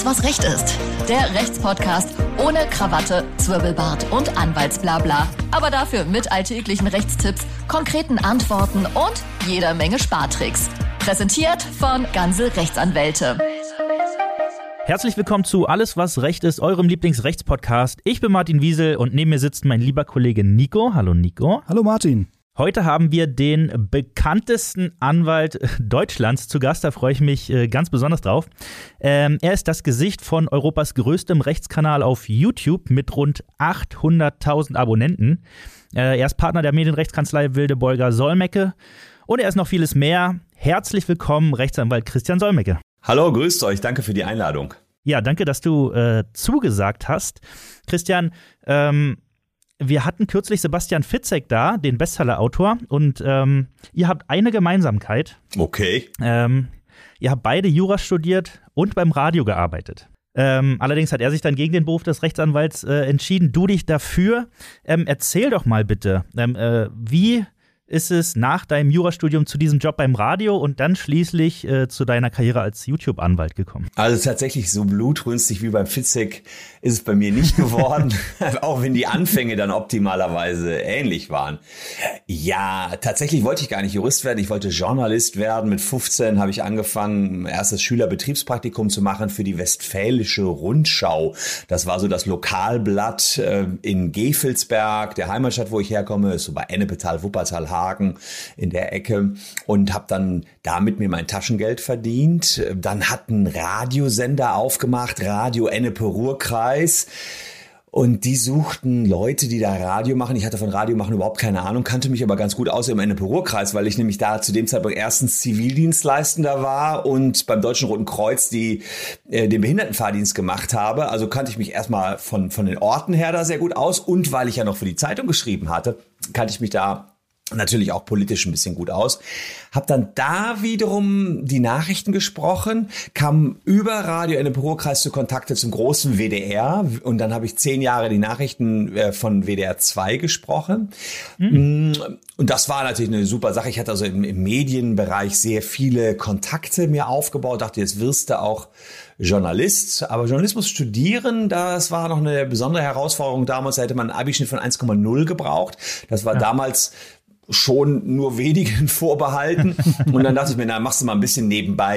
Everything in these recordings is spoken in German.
Alles, was Recht ist. Der Rechtspodcast ohne Krawatte, Zwirbelbart und Anwaltsblabla. Aber dafür mit alltäglichen Rechtstipps, konkreten Antworten und jeder Menge Spartricks. Präsentiert von Ganze Rechtsanwälte. Herzlich willkommen zu Alles, was Recht ist, eurem Lieblingsrechtspodcast. Ich bin Martin Wiesel und neben mir sitzt mein lieber Kollege Nico. Hallo Nico. Hallo Martin. Heute haben wir den bekanntesten Anwalt Deutschlands zu Gast, da freue ich mich ganz besonders drauf. Er ist das Gesicht von Europas größtem Rechtskanal auf YouTube mit rund 800.000 Abonnenten. Er ist Partner der Medienrechtskanzlei Wildeborger Solmecke und er ist noch vieles mehr. Herzlich willkommen, Rechtsanwalt Christian Solmecke. Hallo, grüßt euch, danke für die Einladung. Ja, danke, dass du zugesagt hast. Christian, wir hatten kürzlich Sebastian Fitzek da, den Bestseller-Autor, und ihr habt eine Gemeinsamkeit. Okay. Ihr habt beide Jura studiert und beim Radio gearbeitet. Allerdings hat er sich dann gegen den Beruf des Rechtsanwalts entschieden. Du dich dafür. Erzähl doch mal bitte, wie ist es nach deinem Jurastudium zu diesem Job beim Radio und dann schließlich zu deiner Karriere als YouTube-Anwalt gekommen? Also tatsächlich so blutrünstig wie beim Fitzek ist es bei mir nicht geworden, auch wenn die Anfänge dann optimalerweise ähnlich waren. Ja, tatsächlich wollte ich gar nicht Jurist werden, ich wollte Journalist werden. Mit 15 habe ich angefangen, erstes Schülerbetriebspraktikum zu machen für die Westfälische Rundschau. Das war so das Lokalblatt in Gevelsberg, der Heimatstadt, wo ich herkomme, ist so bei Ennepetal, Wuppertal, Hagen in der Ecke, und habe dann damit mir mein Taschengeld verdient. Dann hat ein Radiosender aufgemacht, Radio Ennepe-Ruhr-Kreis. Und die suchten Leute, die da Radio machen. Ich hatte von Radio machen überhaupt keine Ahnung, kannte mich aber ganz gut aus im Ennepe-Ruhr-Kreis, weil ich nämlich da zu dem Zeitpunkt erstens Zivildienstleistender war und beim Deutschen Roten Kreuz den Behindertenfahrdienst gemacht habe. Also kannte ich mich erstmal von den Orten her da sehr gut aus. Und weil ich ja noch für die Zeitung geschrieben hatte, kannte ich mich da natürlich auch politisch ein bisschen gut aus. Hab dann da wiederum die Nachrichten gesprochen, kam über Radio Ennepe-Ruhr-Kreis zu Kontakte zum großen WDR, und dann habe ich 10 Jahre die Nachrichten von WDR 2 gesprochen. Und das war natürlich eine super Sache. Ich hatte also im Medienbereich sehr viele Kontakte mir aufgebaut, dachte, jetzt wirst du auch Journalist. Aber Journalismus studieren, das war noch eine besondere Herausforderung damals. Da hätte man einen Abischnitt von 1,0 gebraucht. Das war damals schon nur wenigen vorbehalten. Und dann dachte ich mir, na, machst du mal ein bisschen nebenbei.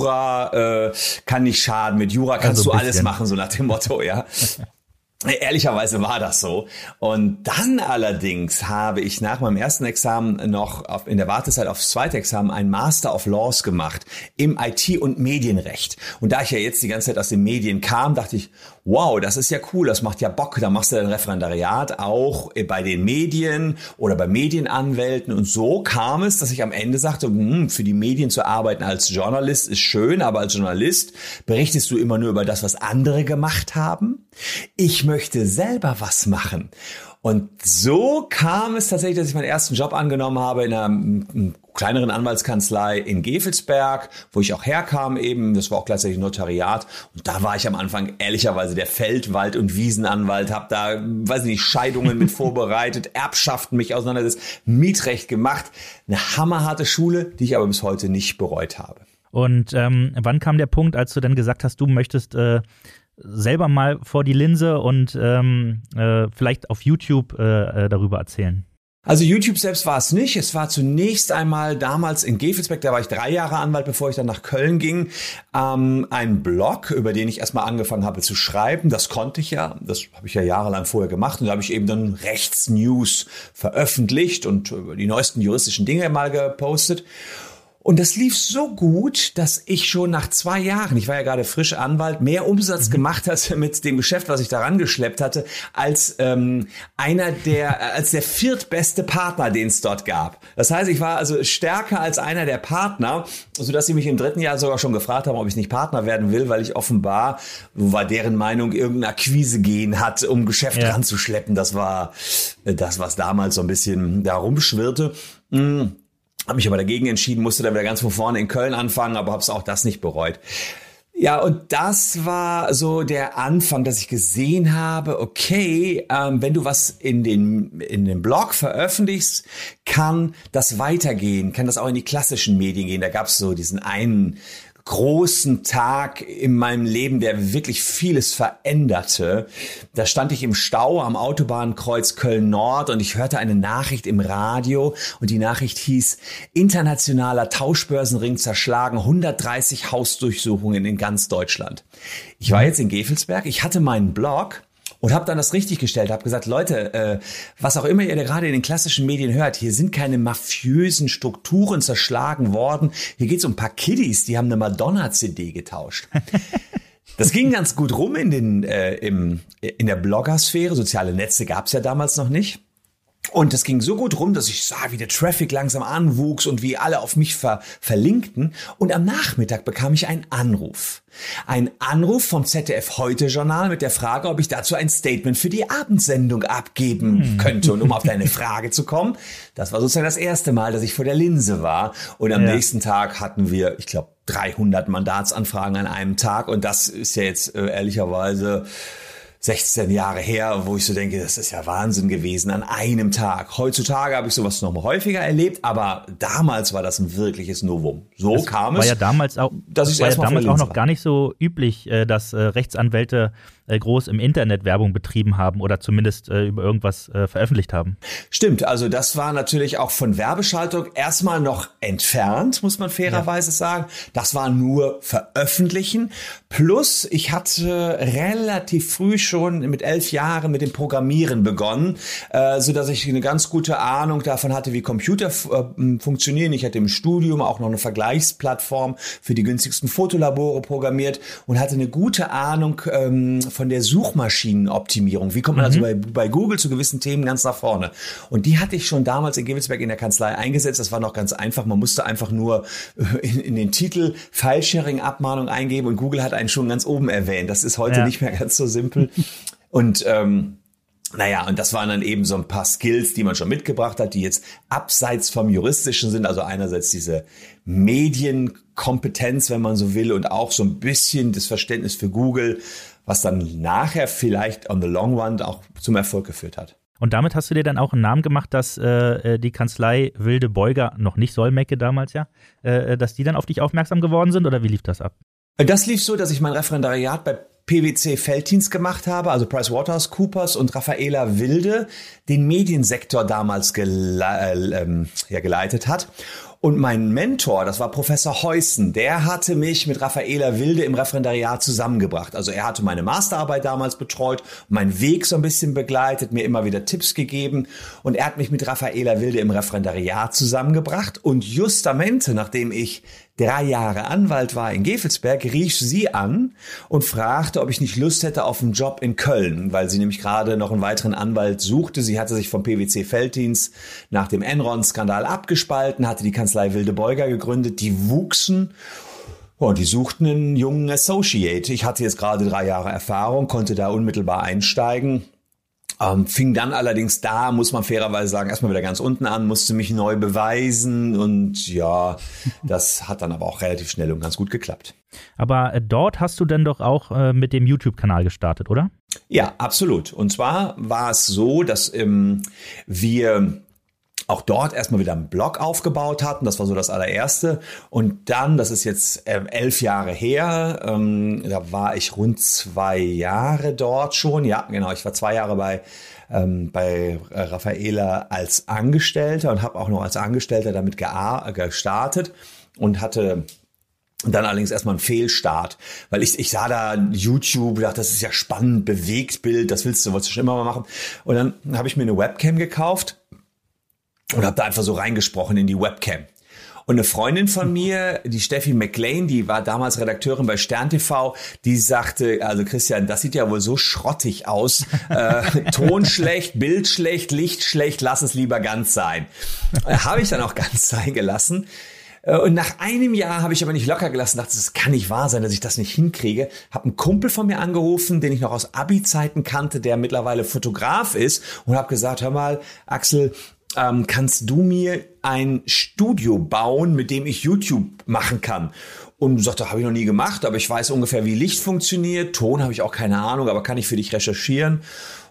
Jura kann nicht schaden. Mit Jura kannst du alles machen, so nach dem Motto, ja. Ehrlicherweise war das so. Und dann allerdings habe ich nach meinem ersten Examen noch in der Wartezeit aufs zweite Examen einen Master of Laws gemacht im IT- und Medienrecht. Und da ich ja jetzt die ganze Zeit aus den Medien kam, dachte ich, wow, das ist ja cool, das macht ja Bock. Da machst du dein Referendariat auch bei den Medien oder bei Medienanwälten. Und so kam es, dass ich am Ende sagte, für die Medien zu arbeiten als Journalist ist schön, aber als Journalist berichtest du immer nur über das, was andere gemacht haben. Ich möchte selber was machen. Und so kam es tatsächlich, dass ich meinen ersten Job angenommen habe in einer kleineren Anwaltskanzlei in Gevelsberg, wo ich auch herkam eben. Das war auch gleichzeitig Notariat. Und da war ich am Anfang ehrlicherweise der Feld-, Wald- und Wiesenanwalt, habe da, weiß nicht, Scheidungen mit vorbereitet, Erbschaften mich auseinandergesetzt, Mietrecht gemacht. Eine hammerharte Schule, die ich aber bis heute nicht bereut habe. Und wann kam der Punkt, als du dann gesagt hast, du möchtest selber mal vor die Linse und vielleicht auf YouTube darüber erzählen? Also YouTube selbst war es nicht. Es war zunächst einmal damals in Gevelsberg, da war ich 3 Jahre Anwalt, bevor ich dann nach Köln ging, ein Blog, über den ich erstmal angefangen habe zu schreiben. Das konnte ich ja, das habe ich ja jahrelang vorher gemacht, und da habe ich eben dann Rechtsnews veröffentlicht und die neuesten juristischen Dinge mal gepostet. Und das lief so gut, dass ich schon nach 2 Jahren, ich war ja gerade frisch Anwalt, mehr Umsatz gemacht hatte mit dem Geschäft, was ich daran geschleppt hatte, als der viertbeste Partner, den es dort gab. Das heißt, ich war also stärker als einer der Partner, sodass sie mich im 3. Jahr sogar schon gefragt haben, ob ich nicht Partner werden will, weil ich offenbar, so war deren Meinung, irgendein Akquise-Gen hat, um Geschäft ranzuschleppen. Das war das, was damals so ein bisschen da rumschwirrte. Habe mich aber dagegen entschieden, musste dann wieder ganz von vorne in Köln anfangen, aber habe es auch das nicht bereut. Ja, und das war so der Anfang, dass ich gesehen habe, okay, wenn du was in den Blog veröffentlichst, kann das weitergehen, kann das auch in die klassischen Medien gehen. Da gab es so diesen einen großen Tag in meinem Leben, der wirklich vieles veränderte. Da stand ich im Stau am Autobahnkreuz Köln-Nord und ich hörte eine Nachricht im Radio und die Nachricht hieß: Internationaler Tauschbörsenring zerschlagen, 130 Hausdurchsuchungen in ganz Deutschland. Ich war jetzt in Gevelsberg, ich hatte meinen Blog und habe dann das richtig gestellt, habe gesagt, Leute, was auch immer ihr da gerade in den klassischen Medien hört, hier sind keine mafiösen Strukturen zerschlagen worden. Hier geht's um ein paar Kiddies, die haben eine Madonna-CD getauscht. Das ging ganz gut rum in der Bloggersphäre. Soziale Netze gab's ja damals noch nicht. Und das ging so gut rum, dass ich sah, wie der Traffic langsam anwuchs und wie alle auf mich verlinkten. Und am Nachmittag bekam ich einen Anruf. Ein Anruf vom ZDF-Heute-Journal mit der Frage, ob ich dazu ein Statement für die Abendsendung abgeben könnte. Und um auf deine Frage zu kommen, das war sozusagen das erste Mal, dass ich vor der Linse war. Und am nächsten Tag hatten wir, ich glaube, 300 Mandatsanfragen an einem Tag. Und das ist ja jetzt ehrlicherweise 16 Jahre her, wo ich so denke, das ist ja Wahnsinn gewesen an einem Tag. Heutzutage habe ich sowas noch mal häufiger erlebt, aber damals war das ein wirkliches Novum. So das kam es. War ja damals auch, noch gar nicht so üblich, dass Rechtsanwälte groß im Internet Werbung betrieben haben oder zumindest über irgendwas veröffentlicht haben. Stimmt, also das war natürlich auch von Werbeschaltung erstmal noch entfernt, muss man fairerweise sagen. Das war nur veröffentlichen. Plus, ich hatte relativ früh schon mit 11 Jahren mit dem Programmieren begonnen, so dass ich eine ganz gute Ahnung davon hatte, wie Computer funktionieren. Ich hatte im Studium auch noch eine Vergleichsplattform für die günstigsten Fotolabore programmiert und hatte eine gute Ahnung von der Suchmaschinenoptimierung. Wie kommt man also bei Google zu gewissen Themen ganz nach vorne? Und die hatte ich schon damals in Gevelsberg in der Kanzlei eingesetzt. Das war noch ganz einfach. Man musste einfach nur in den Titel File-Sharing-Abmahnung eingeben und Google hat einen schon ganz oben erwähnt. Das ist heute nicht mehr ganz so simpel. Und und das waren dann eben so ein paar Skills, die man schon mitgebracht hat, die jetzt abseits vom Juristischen sind. Also einerseits diese Medienkompetenz, wenn man so will, und auch so ein bisschen das Verständnis für Google, was dann nachher vielleicht on the long run auch zum Erfolg geführt hat. Und damit hast du dir dann auch einen Namen gemacht, dass die Kanzlei Wilde Beuger, noch nicht Solmecke damals dass die dann auf dich aufmerksam geworden sind, oder wie lief das ab? Das lief so, dass ich mein Referendariat bei PwC Felddienst gemacht habe, also PricewaterhouseCoopers, und Raffaela Wilde den Mediensektor damals geleitet hat. Und mein Mentor, das war Professor Heusen, der hatte mich mit Raffaela Wilde im Referendariat zusammengebracht. Also er hatte meine Masterarbeit damals betreut, meinen Weg so ein bisschen begleitet, mir immer wieder Tipps gegeben. Und er hat mich mit Raffaela Wilde im Referendariat zusammengebracht. Und justamente, nachdem ich 3 Jahre Anwalt war in Gevelsberg, rief sie an und fragte, ob ich nicht Lust hätte auf einen Job in Köln, weil sie nämlich gerade noch einen weiteren Anwalt suchte. Sie hatte sich vom PwC Felddienst nach dem Enron-Skandal abgespalten, hatte die Kanzlei Wilde Beuger gegründet, die wuchsen. Und die suchten einen jungen Associate. Ich hatte jetzt gerade 3 Jahre Erfahrung, konnte da unmittelbar einsteigen. Fing dann allerdings da, muss man fairerweise sagen, erstmal wieder ganz unten an, musste mich neu beweisen und ja, das hat dann aber auch relativ schnell und ganz gut geklappt. Aber dort hast du denn doch auch mit dem YouTube-Kanal gestartet, oder? Ja, absolut. Und zwar war es so, dass wir auch dort erstmal wieder einen Blog aufgebaut hatten. Das war so das allererste. Und dann, das ist jetzt 11 Jahre her, da war ich rund 2 Jahre dort schon. Ja, genau, ich war 2 Jahre bei Raffaela als Angestellter und habe auch noch als Angestellter damit gestartet und hatte dann allerdings erstmal einen Fehlstart, weil ich sah da YouTube, dachte, das ist ja spannend, Bewegtbild, das wolltest du schon immer mal machen. Und dann habe ich mir eine Webcam gekauft und habe da einfach so reingesprochen in die Webcam. Und eine Freundin von mir, die Steffi McLean, die war damals Redakteurin bei Stern TV, die sagte, also Christian, das sieht ja wohl so schrottig aus. Ton schlecht, Bild schlecht, Licht schlecht, lass es lieber ganz sein. Habe ich dann auch ganz sein gelassen. Und nach einem Jahr habe ich aber nicht locker gelassen, dachte, das kann nicht wahr sein, dass ich das nicht hinkriege. Habe einen Kumpel von mir angerufen, den ich noch aus Abi-Zeiten kannte, der mittlerweile Fotograf ist, und habe gesagt, hör mal, Axel, kannst du mir ein Studio bauen, mit dem ich YouTube machen kann? Und sagte, habe ich noch nie gemacht, aber ich weiß ungefähr, wie Licht funktioniert. Ton habe ich auch keine Ahnung, aber kann ich für dich recherchieren?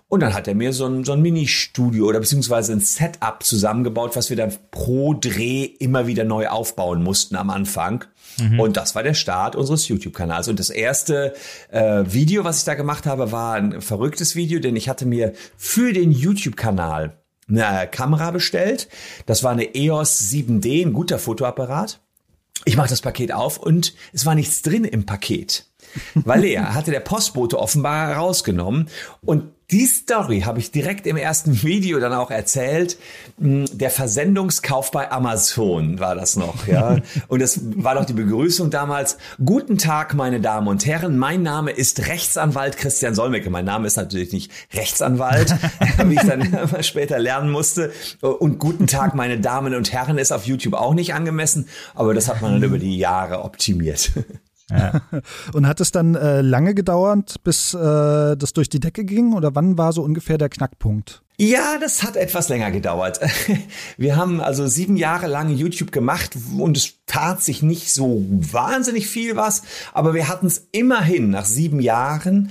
Und dann hat er mir so ein Mini-Studio oder beziehungsweise ein Setup zusammengebaut, was wir dann pro Dreh immer wieder neu aufbauen mussten am Anfang. Und das war der Start unseres YouTube-Kanals. Und das erste Video, was ich da gemacht habe, war ein verrücktes Video, denn ich hatte mir für den YouTube-Kanal eine Kamera bestellt. Das war eine EOS 7D, ein guter Fotoapparat. Ich mache das Paket auf und es war nichts drin im Paket. Weil hatte der Postbote offenbar rausgenommen. Und die Story habe ich direkt im ersten Video dann auch erzählt. Der Versendungskauf bei Amazon war das noch, ja. Und das war doch die Begrüßung damals. Guten Tag, meine Damen und Herren. Mein Name ist Rechtsanwalt Christian Solmecke. Mein Name ist natürlich nicht Rechtsanwalt, wie ich dann später lernen musste. Und guten Tag, meine Damen und Herren ist auf YouTube auch nicht angemessen. Aber das hat man dann über die Jahre optimiert. Ja. Und hat es dann lange gedauert, bis das durch die Decke ging? Oder wann war so ungefähr der Knackpunkt? Ja, das hat etwas länger gedauert. Wir haben also 7 Jahre lang YouTube gemacht und es tat sich nicht so wahnsinnig viel was, aber wir hatten es immerhin nach 7 Jahren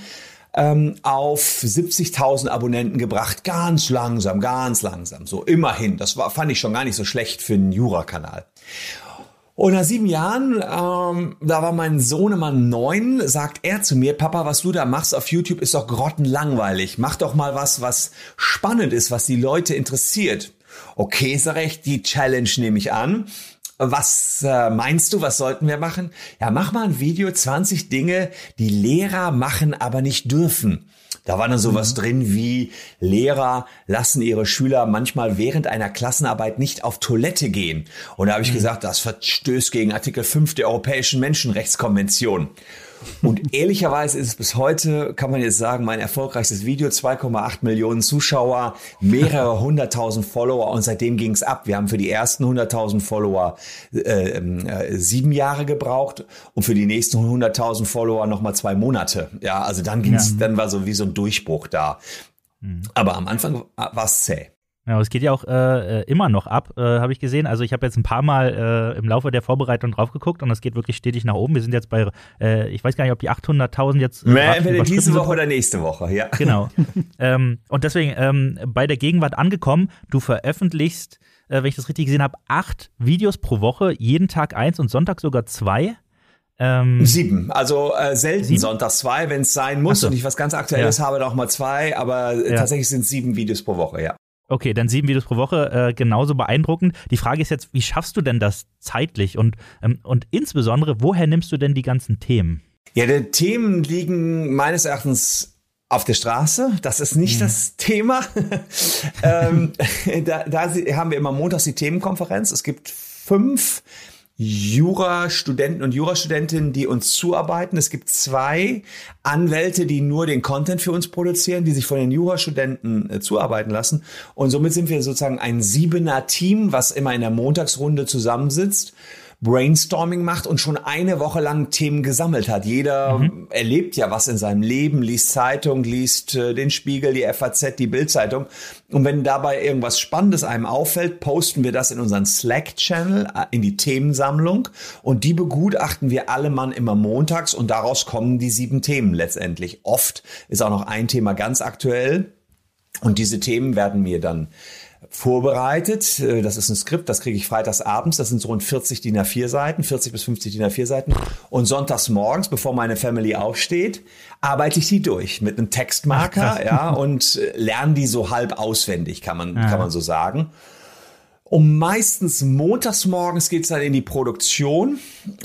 auf 70.000 Abonnenten gebracht. Ganz langsam, so immerhin. Das fand ich schon gar nicht so schlecht für einen Jura-Kanal. Und nach 7 Jahren, da war mein Sohnemann 9, sagt er zu mir, Papa, was du da machst auf YouTube ist doch grottenlangweilig. Mach doch mal was spannend ist, was die Leute interessiert. Okay, sag ich, die Challenge nehme ich an. Was meinst du, was sollten wir machen? Ja, mach mal ein Video, 20 Dinge, die Lehrer machen, aber nicht dürfen. Da war dann sowas drin wie, Lehrer lassen ihre Schüler manchmal während einer Klassenarbeit nicht auf Toilette gehen. Und da habe ich gesagt, das verstößt gegen Artikel 5 der Europäischen Menschenrechtskonvention. Und ehrlicherweise ist es bis heute, kann man jetzt sagen, mein erfolgreichstes Video, 2,8 Millionen Zuschauer, mehrere 100.000 Follower und seitdem ging es ab. Wir haben für die ersten 100.000 Follower 7 Jahre gebraucht und für die nächsten 100.000 Follower nochmal 2 Monate. Ja, also dann dann war so wie so ein Durchbruch da. Aber am Anfang war es zäh. Ja, es geht ja auch immer noch ab, habe ich gesehen. Also ich habe jetzt ein paar Mal im Laufe der Vorbereitung drauf geguckt und es geht wirklich stetig nach oben. Wir sind jetzt bei, ich weiß gar nicht, ob die 800.000 jetzt entweder diese Woche oder nächste Woche, ja. Genau. Und deswegen bei der Gegenwart angekommen, du veröffentlichst, wenn ich das richtig gesehen habe, 8 Videos pro Woche, jeden Tag 1 und Sonntag sogar 2. 7, also selten 7? Sonntags 2, wenn es sein muss So. und ich was ganz Aktuelles habe, dann auch mal 2, aber tatsächlich sind es 7 Videos pro Woche, ja. Okay, dann 7 Videos pro Woche, genauso beeindruckend. Die Frage ist jetzt, wie schaffst du denn das zeitlich und insbesondere, woher nimmst du denn die ganzen Themen? Ja, die Themen liegen meines Erachtens auf der Straße. Das ist nicht das Thema. Da haben wir immer montags die Themenkonferenz. Es gibt 5 Jurastudenten und Jurastudentinnen, die uns zuarbeiten. Es gibt 2 Anwälte, die nur den Content für uns produzieren, die sich von den Jurastudenten zuarbeiten lassen. Und somit sind wir sozusagen ein 7er-Team, was immer in der Montagsrunde zusammensitzt, Brainstorming macht und schon eine Woche lang Themen gesammelt hat. Jeder erlebt ja was in seinem Leben, liest Zeitung, liest den Spiegel, die FAZ, die Bild-Zeitung. Und wenn dabei irgendwas Spannendes einem auffällt, posten wir das in unseren Slack-Channel, in die Themensammlung. Und die begutachten wir alle Mann immer montags und daraus kommen die 7 Themen letztendlich. Oft ist auch noch ein Thema ganz aktuell. Und diese Themen werden mir dann vorbereitet. Das ist ein Skript, das kriege ich freitags abends. Das sind so rund 40 DIN A4 Seiten, 40 bis 50 DIN A4 Seiten. Und sonntags morgens, bevor meine Family aufsteht, arbeite ich die durch mit einem Textmarker, ja, und lerne die so halb auswendig, kann man so sagen. Und meistens montags morgens geht's dann in die Produktion.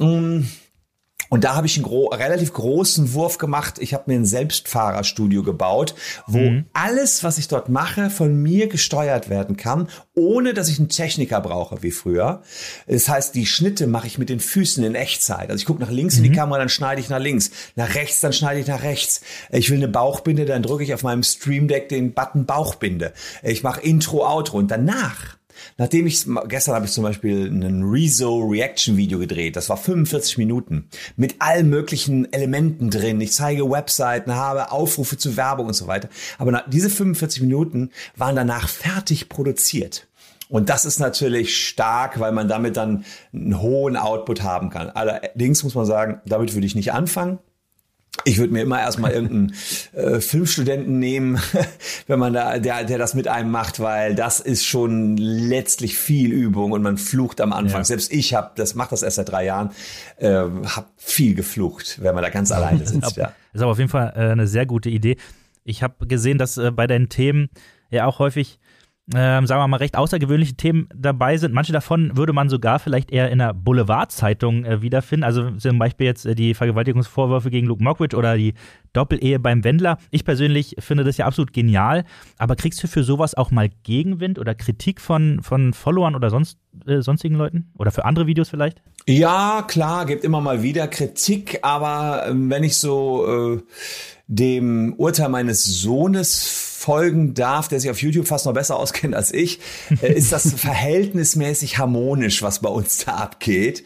Und da habe ich einen relativ großen Wurf gemacht. Ich habe mir ein Selbstfahrerstudio gebaut, wo alles, was ich dort mache, von mir gesteuert werden kann, ohne dass ich einen Techniker brauche, wie früher. Das heißt, die Schnitte mache ich mit den Füßen in Echtzeit. Also ich gucke nach links in die Kamera, dann schneide ich nach links. Nach rechts, dann schneide ich nach rechts. Ich will eine Bauchbinde, dann drücke ich auf meinem Stream Deck den Button Bauchbinde. Ich mache Intro, Outro und danach... Gestern habe ich zum Beispiel ein Rezo-Reaction-Video gedreht. Das war 45 Minuten mit allen möglichen Elementen drin. Ich zeige Webseiten, habe Aufrufe zu Werbung und so weiter. Aber diese 45 Minuten waren danach fertig produziert. Und das ist natürlich stark, weil man damit dann einen hohen Output haben kann. Allerdings muss man sagen, damit würde ich nicht anfangen. Ich würde mir immer erstmal irgendeinen Filmstudenten nehmen, wenn man da, der das mit einem macht, weil das ist schon letztlich viel Übung und man flucht am Anfang. Ja. Selbst ich mache das erst seit 3 Jahren, habe viel geflucht, wenn man da ganz alleine sitzt. Ja. Das ist aber auf jeden Fall eine sehr gute Idee. Ich habe gesehen, dass bei deinen Themen ja auch häufig sagen wir mal, recht außergewöhnliche Themen dabei sind. Manche davon würde man sogar vielleicht eher in einer Boulevardzeitung wiederfinden. Also zum Beispiel jetzt die Vergewaltigungsvorwürfe gegen Luke Mockridge oder die Doppelehe beim Wendler. Ich persönlich finde das ja absolut genial. Aber kriegst du für sowas auch mal Gegenwind oder Kritik von Followern oder sonstigen Leuten? Oder für andere Videos vielleicht? Ja, klar, gibt immer mal wieder Kritik. Aber wenn ich so dem Urteil meines Sohnes folgen darf, der sich auf YouTube fast noch besser auskennt als ich, ist das verhältnismäßig harmonisch, was bei uns da abgeht.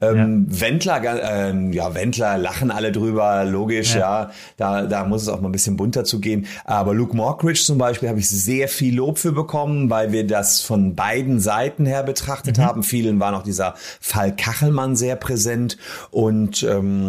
Wendler lachen alle drüber, logisch, ja. Da muss es auch mal ein bisschen bunter zugehen. Aber Luke Mockridge zum Beispiel habe ich sehr viel Lob für bekommen, weil wir das von beiden Seiten her betrachtet haben. Vielen war noch dieser Fall Kachelmann sehr präsent und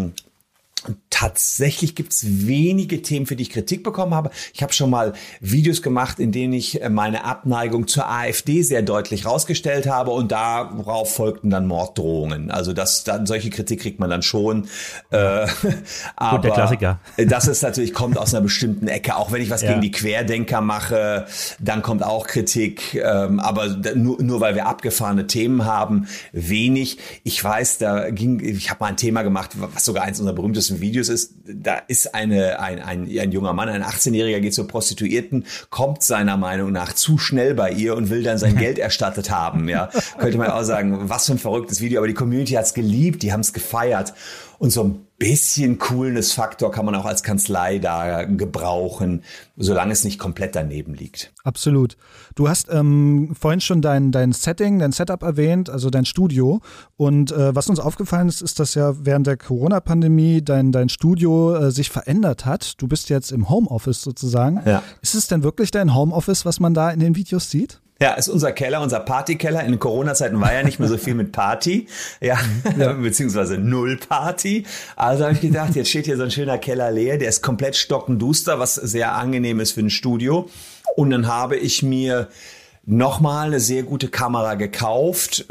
tatsächlich gibt's wenige Themen, für die ich Kritik bekommen habe. Ich habe schon mal Videos gemacht, in denen ich meine Abneigung zur AfD sehr deutlich rausgestellt habe und darauf folgten dann Morddrohungen. Also solche Kritik kriegt man dann schon. Aber gut, der Klassiker. Das ist natürlich, kommt aus einer bestimmten Ecke. Auch wenn ich was gegen die Querdenker mache, dann kommt auch Kritik. Aber nur weil wir abgefahrene Themen haben, wenig. Ich weiß, ich habe mal ein Thema gemacht, was sogar eins unserer berühmtesten Videos ist. Da ist ein junger Mann, ein 18-Jähriger, geht zur Prostituierten, kommt seiner Meinung nach zu schnell bei ihr und will dann sein Geld erstattet haben. Ja, könnte man auch sagen, was für ein verrücktes Video. Aber die Community hat's geliebt, die haben's gefeiert. Und so ein bisschen Coolness-Faktor kann man auch als Kanzlei da gebrauchen, solange es nicht komplett daneben liegt. Absolut. Du hast vorhin schon dein Setting, dein Setup erwähnt, also dein Studio. Und was uns aufgefallen ist, dass ja während der Corona-Pandemie dein Studio sich verändert hat. Du bist jetzt im Homeoffice sozusagen. Ja. Ist es denn wirklich dein Homeoffice, was man da in den Videos sieht? Ja, ist unser Keller, unser Partykeller. In den Corona-Zeiten war ja nicht mehr so viel mit Party, beziehungsweise null Party. Also habe ich gedacht, jetzt steht hier so ein schöner Keller leer, der ist komplett stockenduster, was sehr angenehm ist für ein Studio. Und dann habe ich mir nochmal eine sehr gute Kamera gekauft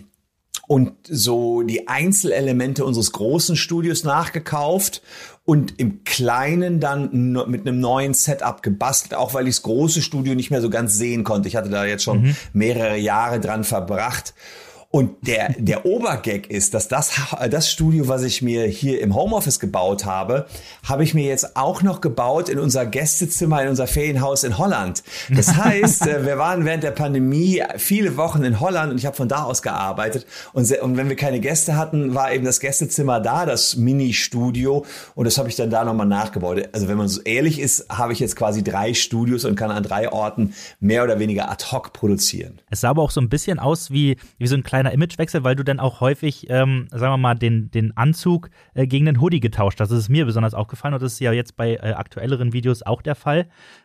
und so die Einzelelemente unseres großen Studios nachgekauft und im Kleinen dann mit einem neuen Setup gebastelt, auch weil ich das große Studio nicht mehr so ganz sehen konnte. Ich hatte da jetzt schon mehrere Jahre dran verbracht. Und der Obergag ist, dass das Studio, was ich mir hier im Homeoffice gebaut habe ich mir jetzt auch noch gebaut in unser Gästezimmer, in unser Ferienhaus in Holland. Das heißt, wir waren während der Pandemie viele Wochen in Holland und ich habe von da aus gearbeitet. Und wenn wir keine Gäste hatten, war eben das Gästezimmer da, das Mini-Studio. Und das habe ich dann da nochmal nachgebaut. Also wenn man so ehrlich ist, habe ich jetzt quasi 3 Studios und kann an 3 Orten mehr oder weniger ad hoc produzieren. Es sah aber auch so ein bisschen aus wie so ein kleiner Imagewechsel, weil du dann auch häufig, sagen wir mal, den Anzug gegen den Hoodie getauscht hast. Das ist mir besonders aufgefallen und das ist ja jetzt bei aktuelleren Videos auch der Fall.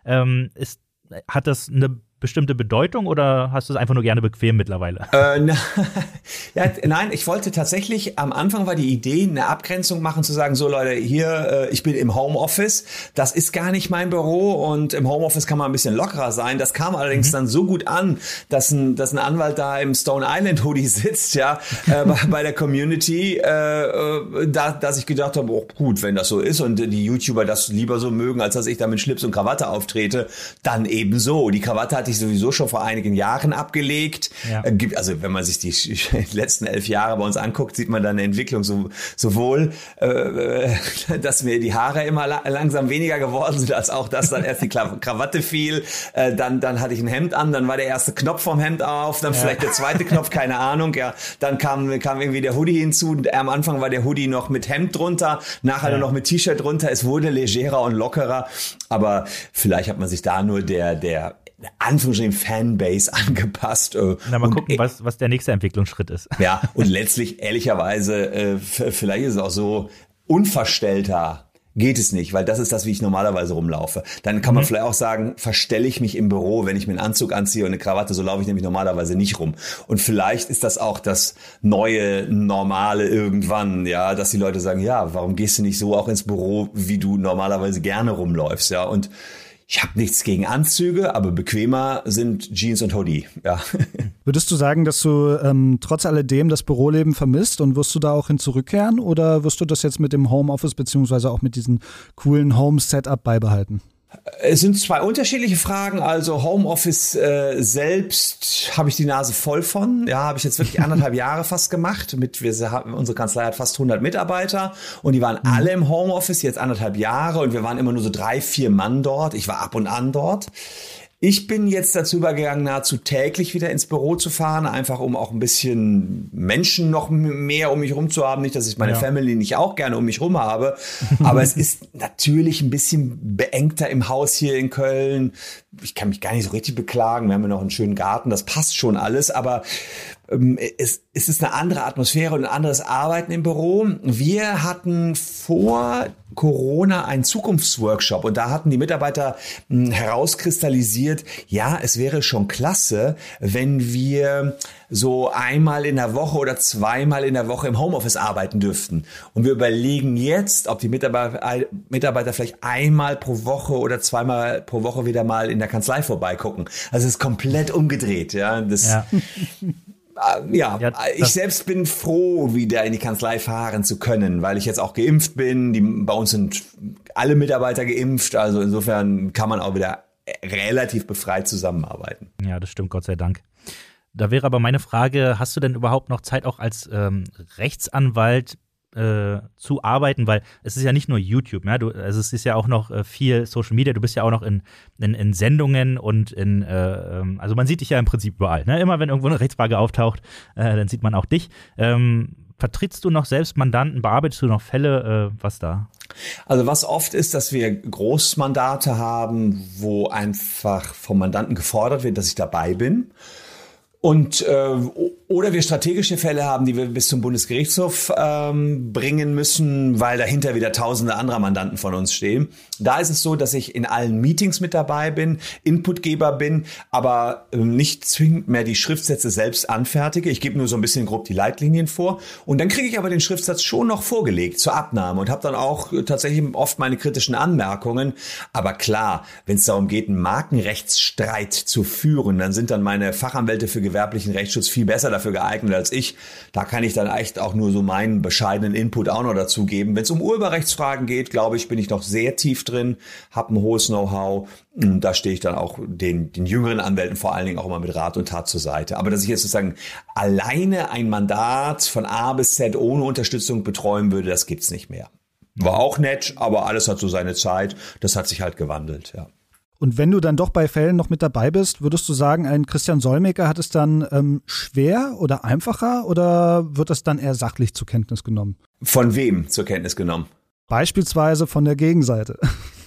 Hat das eine bestimmte Bedeutung oder hast du es einfach nur gerne bequem mittlerweile? Nein, ich wollte tatsächlich, am Anfang war die Idee, eine Abgrenzung machen, zu sagen, so Leute, hier, ich bin im Homeoffice, das ist gar nicht mein Büro und im Homeoffice kann man ein bisschen lockerer sein. Das kam allerdings dann so gut an, dass ein Anwalt da im Stone Island Hoodie sitzt, bei der Community, dass ich gedacht habe, oh gut, wenn das so ist und die YouTuber das lieber so mögen, als dass ich da mit Schlips und Krawatte auftrete, dann eben so. Die Krawatte hatte ich sowieso schon vor einigen Jahren abgelegt. Ja. Also wenn man sich die letzten 11 Jahre bei uns anguckt, sieht man da eine Entwicklung sowohl, dass mir die Haare immer langsam weniger geworden sind, als auch, dass dann erst die Krawatte fiel. Dann hatte ich ein Hemd an, dann war der erste Knopf vom Hemd auf, dann vielleicht der zweite Knopf, keine Ahnung. Ja, dann kam irgendwie der Hoodie hinzu. Am Anfang war der Hoodie noch mit Hemd drunter, nachher nur noch mit T-Shirt drunter. Es wurde legerer und lockerer, aber vielleicht hat man sich da nur der Anführungsstrichen Fanbase angepasst. Mal gucken, was der nächste Entwicklungsschritt ist. Ja, und letztlich, ehrlicherweise, vielleicht ist es auch so, unverstellter geht es nicht, weil das ist das, wie ich normalerweise rumlaufe. Dann kann man vielleicht auch sagen, verstelle ich mich im Büro, wenn ich mir einen Anzug anziehe und eine Krawatte, so laufe ich nämlich normalerweise nicht rum. Und vielleicht ist das auch das neue Normale irgendwann, ja, dass die Leute sagen, ja, warum gehst du nicht so auch ins Büro, wie du normalerweise gerne rumläufst, ja, und ich habe nichts gegen Anzüge, aber bequemer sind Jeans und Hoodie, ja. Würdest du sagen, dass du trotz alledem das Büroleben vermisst und wirst du da auch hin zurückkehren oder wirst du das jetzt mit dem Homeoffice beziehungsweise auch mit diesem coolen Home-Setup beibehalten? Es sind zwei unterschiedliche Fragen. Also Homeoffice selbst habe ich die Nase voll von. Ja, habe ich jetzt wirklich 1,5 Jahre fast gemacht. Unsere Kanzlei hat fast 100 Mitarbeiter und die waren alle im Homeoffice, jetzt 1,5 Jahre und wir waren immer nur so 3-4 Mann dort. Ich war ab und an dort. Ich bin jetzt dazu übergegangen, nahezu täglich wieder ins Büro zu fahren, einfach um auch ein bisschen Menschen noch mehr um mich rum zu haben. Nicht, dass ich meine Family nicht auch gerne um mich rum habe, aber es ist natürlich ein bisschen beengter im Haus hier in Köln. Ich kann mich gar nicht so richtig beklagen. Wir haben ja noch einen schönen Garten, das passt schon alles, aber es ist eine andere Atmosphäre und ein anderes Arbeiten im Büro. Wir hatten vor Corona einen Zukunftsworkshop und da hatten die Mitarbeiter herauskristallisiert, ja, es wäre schon klasse, wenn wir so einmal in der Woche oder zweimal in der Woche im Homeoffice arbeiten dürften. Und wir überlegen jetzt, ob die Mitarbeiter vielleicht einmal pro Woche oder zweimal pro Woche wieder mal in der Kanzlei vorbeigucken. Also es ist komplett umgedreht, ja. Ich selbst bin froh, wieder in die Kanzlei fahren zu können, weil ich jetzt auch geimpft bin. Bei uns sind alle Mitarbeiter geimpft, also insofern kann man auch wieder relativ befreit zusammenarbeiten. Ja, das stimmt, Gott sei Dank. Da wäre aber meine Frage, hast du denn überhaupt noch Zeit auch als Rechtsanwalt zu arbeiten, weil es ist ja nicht nur YouTube, ja? Also es ist ja auch noch viel Social Media, du bist ja auch noch in Sendungen und also man sieht dich ja im Prinzip überall, ne? Immer wenn irgendwo eine Rechtsfrage auftaucht, dann sieht man auch dich. Vertrittst du noch selbst Mandanten, bearbeitest du noch Fälle, was da? Also was oft ist, dass wir Großmandate haben, wo einfach vom Mandanten gefordert wird, dass ich dabei bin. Und oder wir strategische Fälle haben, die wir bis zum Bundesgerichtshof bringen müssen, weil dahinter wieder tausende anderer Mandanten von uns stehen. Da ist es so, dass ich in allen Meetings mit dabei bin, Inputgeber bin, aber nicht zwingend mehr die Schriftsätze selbst anfertige. Ich gebe nur so ein bisschen grob die Leitlinien vor und dann kriege ich aber den Schriftsatz schon noch vorgelegt zur Abnahme und habe dann auch tatsächlich oft meine kritischen Anmerkungen. Aber klar, wenn es darum geht, einen Markenrechtsstreit zu führen, dann sind dann meine Fachanwälte für gewerblichen Rechtsschutz viel besser dafür geeignet als ich. Da kann ich dann echt auch nur so meinen bescheidenen Input auch noch dazu geben. Wenn es um Urheberrechtsfragen geht, glaube ich, bin ich noch sehr tief drin, habe ein hohes Know-how. Und da stehe ich dann auch den jüngeren Anwälten vor allen Dingen auch immer mit Rat und Tat zur Seite. Aber dass ich jetzt sozusagen alleine ein Mandat von A bis Z ohne Unterstützung betreuen würde, das gibt's nicht mehr. War auch nett, aber alles hat so seine Zeit. Das hat sich halt gewandelt, ja. Und wenn du dann doch bei Fällen noch mit dabei bist, würdest du sagen, ein Christian Solmecke hat es dann schwer oder einfacher oder wird das dann eher sachlich zur Kenntnis genommen? Von wem zur Kenntnis genommen? Beispielsweise von der Gegenseite.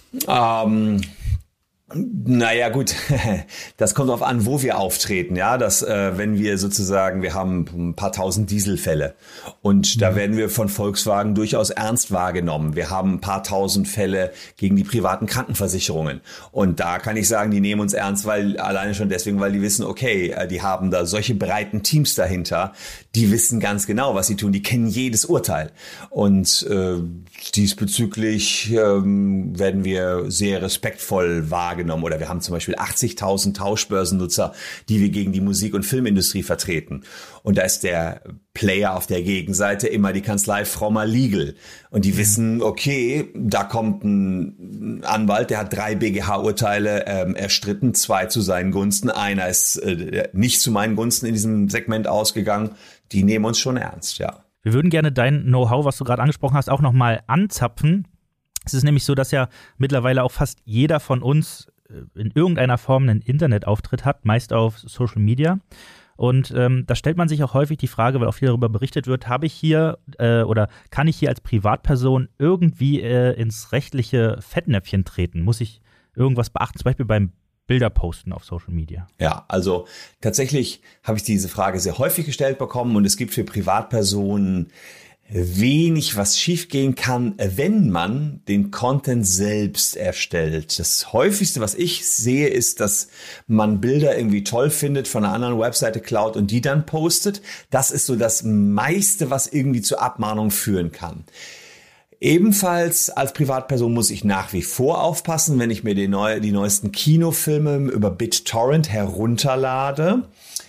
Naja, gut, das kommt darauf an, wo wir auftreten, ja, wenn wir sozusagen, wir haben ein paar tausend Dieselfälle und da werden wir von Volkswagen durchaus ernst wahrgenommen. Wir haben ein paar tausend Fälle gegen die privaten Krankenversicherungen und da kann ich sagen, die nehmen uns ernst, weil alleine schon deswegen, weil die wissen, okay, die haben da solche breiten Teams dahinter, die wissen ganz genau, was sie tun, die kennen jedes Urteil und diesbezüglich werden wir sehr respektvoll wahrgenommen. Oder wir haben zum Beispiel 80.000 Tauschbörsennutzer, die wir gegen die Musik- und Filmindustrie vertreten. Und da ist der Player auf der Gegenseite immer die Kanzlei Frommer Legal. Und die wissen, okay, da kommt ein Anwalt, der hat 3 BGH-Urteile erstritten, 2 zu seinen Gunsten. Einer ist nicht zu meinen Gunsten in diesem Segment ausgegangen. Die nehmen uns schon ernst, ja. Wir würden gerne dein Know-how, was du gerade angesprochen hast, auch nochmal anzapfen. Es ist nämlich so, dass ja mittlerweile auch fast jeder von uns in irgendeiner Form einen Internetauftritt hat, meist auf Social Media. Und da stellt man sich auch häufig die Frage, weil auch viel darüber berichtet wird, habe ich hier oder kann ich hier als Privatperson irgendwie ins rechtliche Fettnäpfchen treten? Muss ich irgendwas beachten, zum Beispiel beim Bilder posten auf Social Media? Ja, also tatsächlich habe ich diese Frage sehr häufig gestellt bekommen und es gibt für Privatpersonen wenig, was schiefgehen kann, wenn man den Content selbst erstellt. Das häufigste, was ich sehe, ist, dass man Bilder irgendwie toll findet, von einer anderen Webseite klaut und die dann postet. Das ist so das meiste, was irgendwie zu Abmahnung führen kann. Ebenfalls als Privatperson muss ich nach wie vor aufpassen, wenn ich mir die neuesten Kinofilme über BitTorrent herunterlade.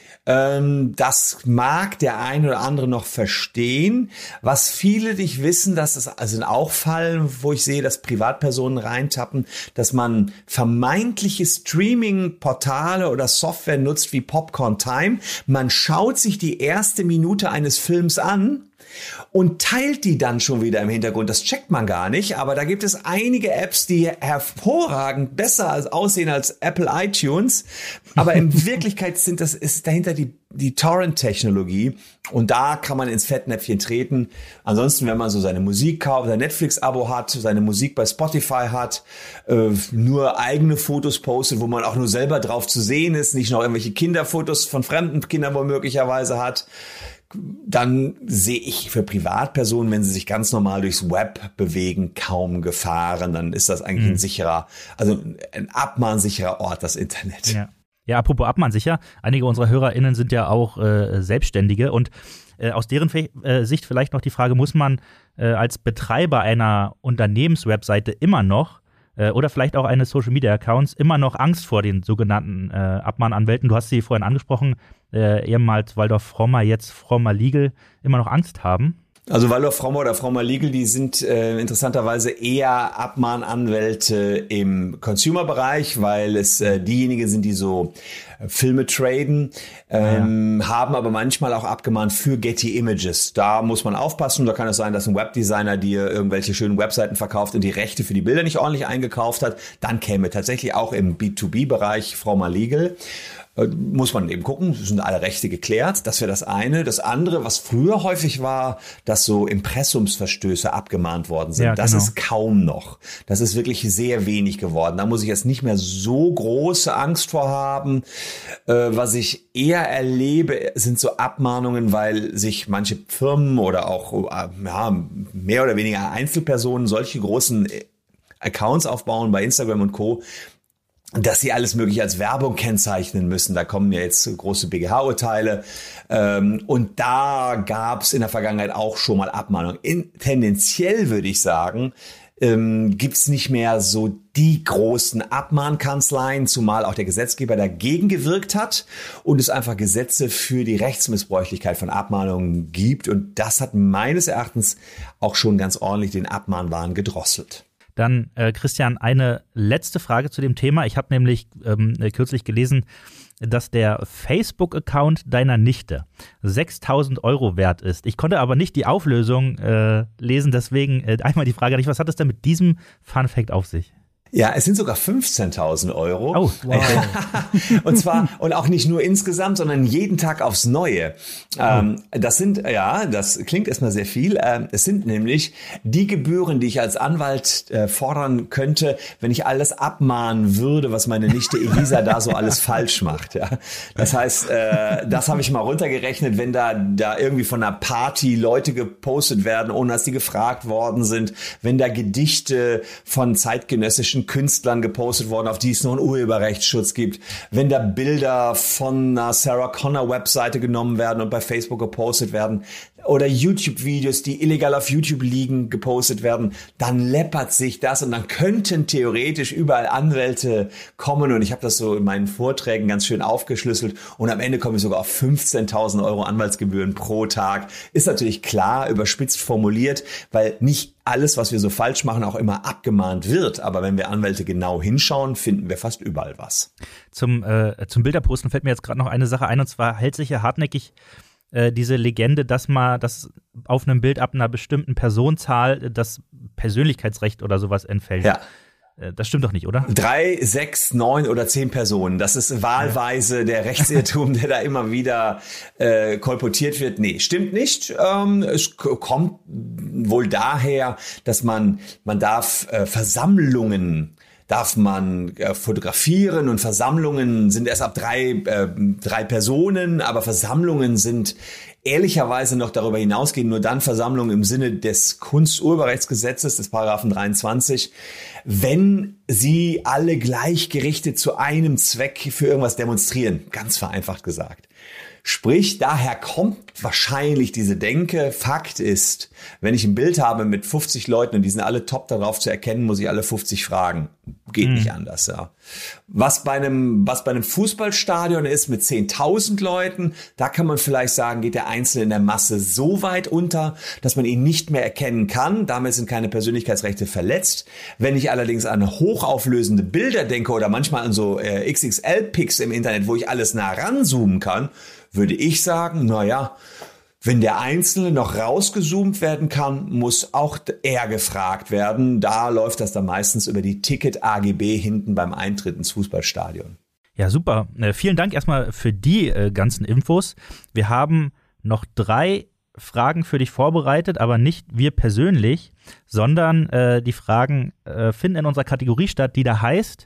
Das mag der eine oder andere noch verstehen. Was viele nicht wissen, das sind auch Fallen, wo ich sehe, dass Privatpersonen reintappen, dass man vermeintliche Streaming-Portale oder Software nutzt wie Popcorn Time. Man schaut sich die erste Minute eines Films an und teilt die dann schon wieder im Hintergrund. Das checkt man gar nicht, aber da gibt es einige Apps, die hervorragend besser aussehen als Apple iTunes, aber in Wirklichkeit ist dahinter die Torrent-Technologie und da kann man ins Fettnäpfchen treten. Ansonsten, wenn man so seine Musik kauft, sein Netflix-Abo hat, seine Musik bei Spotify hat, nur eigene Fotos postet, wo man auch nur selber drauf zu sehen ist, nicht noch irgendwelche Kinderfotos von fremden Kindern womöglicherweise hat, dann sehe ich für Privatpersonen, wenn sie sich ganz normal durchs Web bewegen, kaum Gefahren. Dann ist das eigentlich ein abmahnsicherer Ort, das Internet. Ja, apropos abmahnsicher, einige unserer HörerInnen sind ja auch Selbstständige und aus deren Sicht vielleicht noch die Frage, muss man als Betreiber einer Unternehmenswebseite immer noch oder vielleicht auch eines Social-Media-Accounts immer noch Angst vor den sogenannten Abmahnanwälten? Du hast sie vorhin angesprochen, ehemals Waldorf Frommer, jetzt Frommer Legal, immer noch Angst haben? Also Waldorf Frommer oder Frommer Legal, die sind interessanterweise eher Abmahnanwälte im Consumer-Bereich, weil es diejenigen sind, die so Filme traden, haben aber manchmal auch abgemahnt für Getty Images. Da muss man aufpassen. Da kann es sein, dass ein Webdesigner dir irgendwelche schönen Webseiten verkauft und die Rechte für die Bilder nicht ordentlich eingekauft hat. Dann käme tatsächlich auch im B2B-Bereich Frommer Legal. Muss man eben gucken, sind alle Rechte geklärt, das wäre das eine. Das andere, was früher häufig war, dass so Impressumsverstöße abgemahnt worden sind, das ist kaum noch. Das ist wirklich sehr wenig geworden. Da muss ich jetzt nicht mehr so große Angst vor haben. Was ich eher erlebe, sind so Abmahnungen, weil sich manche Firmen oder auch mehr oder weniger Einzelpersonen solche großen Accounts aufbauen bei Instagram und Co., dass sie alles Mögliche als Werbung kennzeichnen müssen. Da kommen ja jetzt große BGH-Urteile. Und da gab es in der Vergangenheit auch schon mal Abmahnungen. Tendenziell würde ich sagen, gibt's nicht mehr so die großen Abmahnkanzleien, zumal auch der Gesetzgeber dagegen gewirkt hat und es einfach Gesetze für die Rechtsmissbräuchlichkeit von Abmahnungen gibt. Und das hat meines Erachtens auch schon ganz ordentlich den Abmahnwahn gedrosselt. Dann, Christian, eine letzte Frage zu dem Thema. Ich habe nämlich kürzlich gelesen, dass der Facebook-Account deiner Nichte 6.000 € wert ist. Ich konnte aber nicht die Auflösung lesen, deswegen einmal die Frage an dich, was hat es denn mit diesem Fun-Fact auf sich? Ja, es sind sogar 15.000 €. Oh, wow. Und zwar, und auch nicht nur insgesamt, sondern jeden Tag aufs Neue. Das klingt erstmal sehr viel. Es sind nämlich die Gebühren, die ich als Anwalt fordern könnte, wenn ich alles abmahnen würde, was meine Nichte Elisa da so alles falsch macht. Ja. Das heißt, das habe ich mal runtergerechnet, wenn da irgendwie von einer Party Leute gepostet werden, ohne dass die gefragt worden sind, wenn da Gedichte von zeitgenössischen Künstlern gepostet worden, auf die es noch einen Urheberrechtsschutz gibt, wenn da Bilder von einer Sarah Connor Webseite genommen werden und bei Facebook gepostet werden oder YouTube-Videos, die illegal auf YouTube liegen, gepostet werden, dann läppert sich das und dann könnten theoretisch überall Anwälte kommen und ich habe das so in meinen Vorträgen ganz schön aufgeschlüsselt und am Ende komme ich sogar auf 15.000 € Anwaltsgebühren pro Tag. Ist natürlich klar überspitzt formuliert, weil nicht alles, was wir so falsch machen, auch immer abgemahnt wird. Aber wenn wir Anwälte genau hinschauen, finden wir fast überall was. Zum Bilderposten fällt mir jetzt gerade noch eine Sache ein, und zwar hält sich ja hartnäckig diese Legende, dass auf einem Bild ab einer bestimmten Personenzahl das Persönlichkeitsrecht oder sowas entfällt. Ja. Das stimmt doch nicht, oder? 3, 6, 9 oder 10 Personen. Das ist wahlweise der Rechtsirrtum, der da immer wieder kolportiert wird. Nee, stimmt nicht. Es kommt wohl daher, dass man darf Versammlungen darf man fotografieren und Versammlungen sind erst ab 3 Personen, aber Versammlungen sind ehrlicherweise noch darüber hinausgehen, nur dann Versammlungen im Sinne des Kunsturheberrechtsgesetzes, des Paragraphen 23, wenn sie alle gleichgerichtet zu einem Zweck für irgendwas demonstrieren, ganz vereinfacht gesagt. Sprich, daher kommt wahrscheinlich diese Denke. Fakt ist, wenn ich ein Bild habe mit 50 Leuten und die sind alle top darauf zu erkennen, muss ich alle 50 fragen. Geht nicht anders, ja. Was bei einem Fußballstadion ist mit 10.000 Leuten, da kann man vielleicht sagen, geht der Einzelne in der Masse so weit unter, dass man ihn nicht mehr erkennen kann. Damit sind keine Persönlichkeitsrechte verletzt. Wenn ich allerdings an hochauflösende Bilder denke oder manchmal an so XXL-Pics im Internet, wo ich alles nah ranzoomen kann, würde ich sagen, naja, wenn der Einzelne noch rausgezoomt werden kann, muss auch er gefragt werden. Da läuft das dann meistens über die Ticket-AGB hinten beim Eintritt ins Fußballstadion. Ja, super. Vielen Dank erstmal für die ganzen Infos. Wir haben noch 3 Fragen für dich vorbereitet, aber nicht wir persönlich, sondern die Fragen finden in unserer Kategorie statt, die da heißt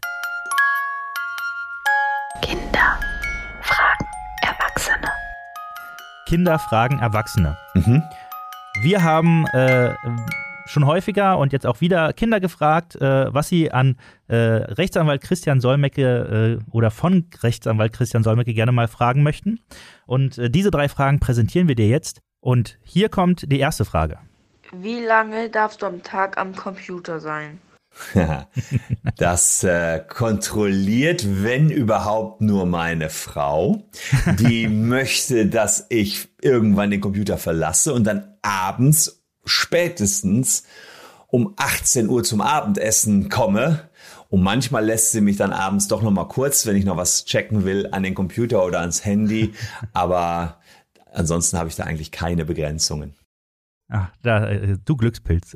Kinder fragen Erwachsene. Wir haben schon häufiger und jetzt auch wieder Kinder gefragt, was sie an Rechtsanwalt Christian Solmecke oder von Rechtsanwalt Christian Solmecke gerne mal fragen möchten. Und diese 3 Fragen präsentieren wir dir jetzt. Und hier kommt die erste Frage. Wie lange darfst du am Tag am Computer sein? Das kontrolliert, wenn überhaupt, nur meine Frau. Die möchte, dass ich irgendwann den Computer verlasse und dann abends spätestens um 18 Uhr zum Abendessen komme. Und manchmal lässt sie mich dann abends doch noch mal kurz, wenn ich noch was checken will, an den Computer oder ans Handy. Aber ansonsten habe ich da eigentlich keine Begrenzungen. Ach, du Glückspilz.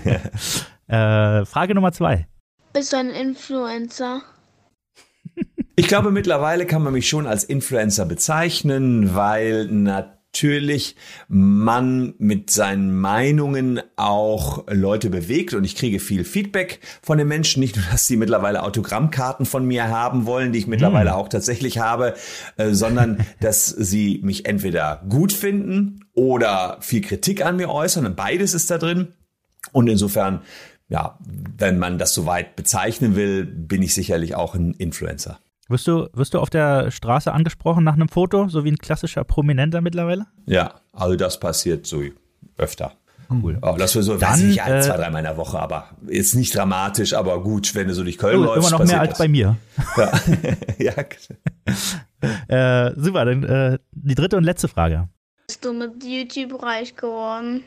Frage Nummer 2. Bist du ein Influencer? Ich glaube, mittlerweile kann man mich schon als Influencer bezeichnen, weil natürlich man mit seinen Meinungen auch Leute bewegt und ich kriege viel Feedback von den Menschen. Nicht nur, dass sie mittlerweile Autogrammkarten von mir haben wollen, die ich mittlerweile auch tatsächlich habe, sondern dass sie mich entweder gut finden oder viel Kritik an mir äußern. Und beides ist da drin. Und insofern, ja, wenn man das soweit bezeichnen will, bin ich sicherlich auch ein Influencer. Wirst du auf der Straße angesprochen nach einem Foto, so wie ein klassischer Prominenter mittlerweile? Ja, also das passiert so öfter. Cool. Oh, das für so, dann, weiß ich nicht, 2-3 Mal in der Woche, aber ist nicht dramatisch, aber gut, wenn du so durch Köln läufst, immer noch mehr als das. Bei mir. Ja. Super, dann die 3. und letzte Frage. Bist du mit YouTube reich geworden?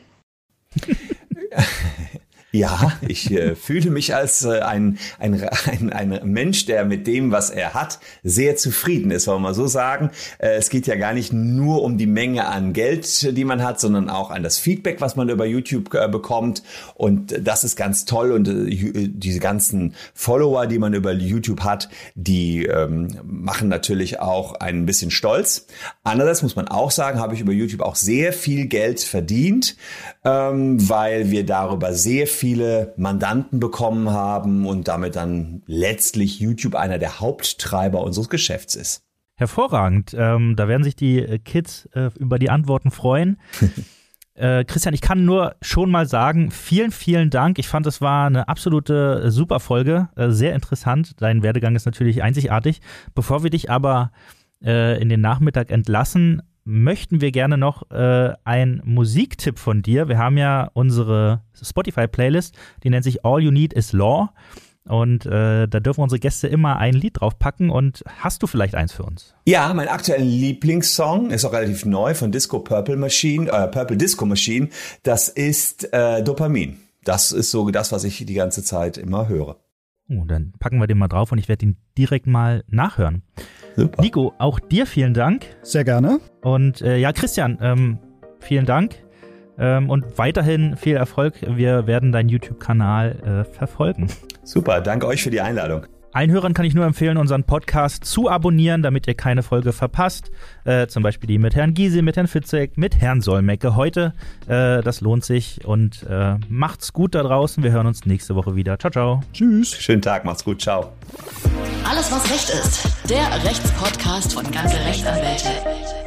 Ja, ich fühle mich als ein Mensch, der mit dem, was er hat, sehr zufrieden ist, wollen wir mal so sagen. Es geht ja gar nicht nur um die Menge an Geld, die man hat, sondern auch an das Feedback, was man über YouTube bekommt. Und das ist ganz toll. Und diese ganzen Follower, die man über YouTube hat, die machen natürlich auch ein bisschen stolz. Andererseits muss man auch sagen, habe ich über YouTube auch sehr viel Geld verdient, weil wir darüber sehr viele Mandanten bekommen haben und damit dann letztlich YouTube einer der Haupttreiber unseres Geschäfts ist. Hervorragend. Da werden sich die Kids über die Antworten freuen. Christian, ich kann nur schon mal sagen, vielen, vielen Dank. Ich fand, es war eine absolute super Folge. Sehr interessant. Dein Werdegang ist natürlich einzigartig. Bevor wir dich aber in den Nachmittag entlassen, möchten wir gerne noch einen Musiktipp von dir. Wir haben ja unsere Spotify-Playlist, die nennt sich All You Need Is Law. Und da dürfen unsere Gäste immer ein Lied draufpacken. Und hast du vielleicht eins für uns? Ja, mein aktueller Lieblingssong ist auch relativ neu von Purple Disco Machine. Das ist Dopamin. Das ist so das, was ich die ganze Zeit immer höre. Oh, dann packen wir den mal drauf und ich werde ihn direkt mal nachhören. Super. Nico, auch dir vielen Dank. Sehr gerne. Und ja, Christian, vielen Dank und weiterhin viel Erfolg. Wir werden deinen YouTube-Kanal verfolgen. Super, danke euch für die Einladung. Allen Hörern kann ich nur empfehlen, unseren Podcast zu abonnieren, damit ihr keine Folge verpasst. Zum Beispiel die mit Herrn Gysi, mit Herrn Fitzek, mit Herrn Solmecke heute. Das lohnt sich und macht's gut da draußen. Wir hören uns nächste Woche wieder. Ciao, ciao. Tschüss. Schönen Tag, macht's gut. Ciao. Alles, was Recht ist. Der Rechtspodcast von Ganze Rechtsanwälte.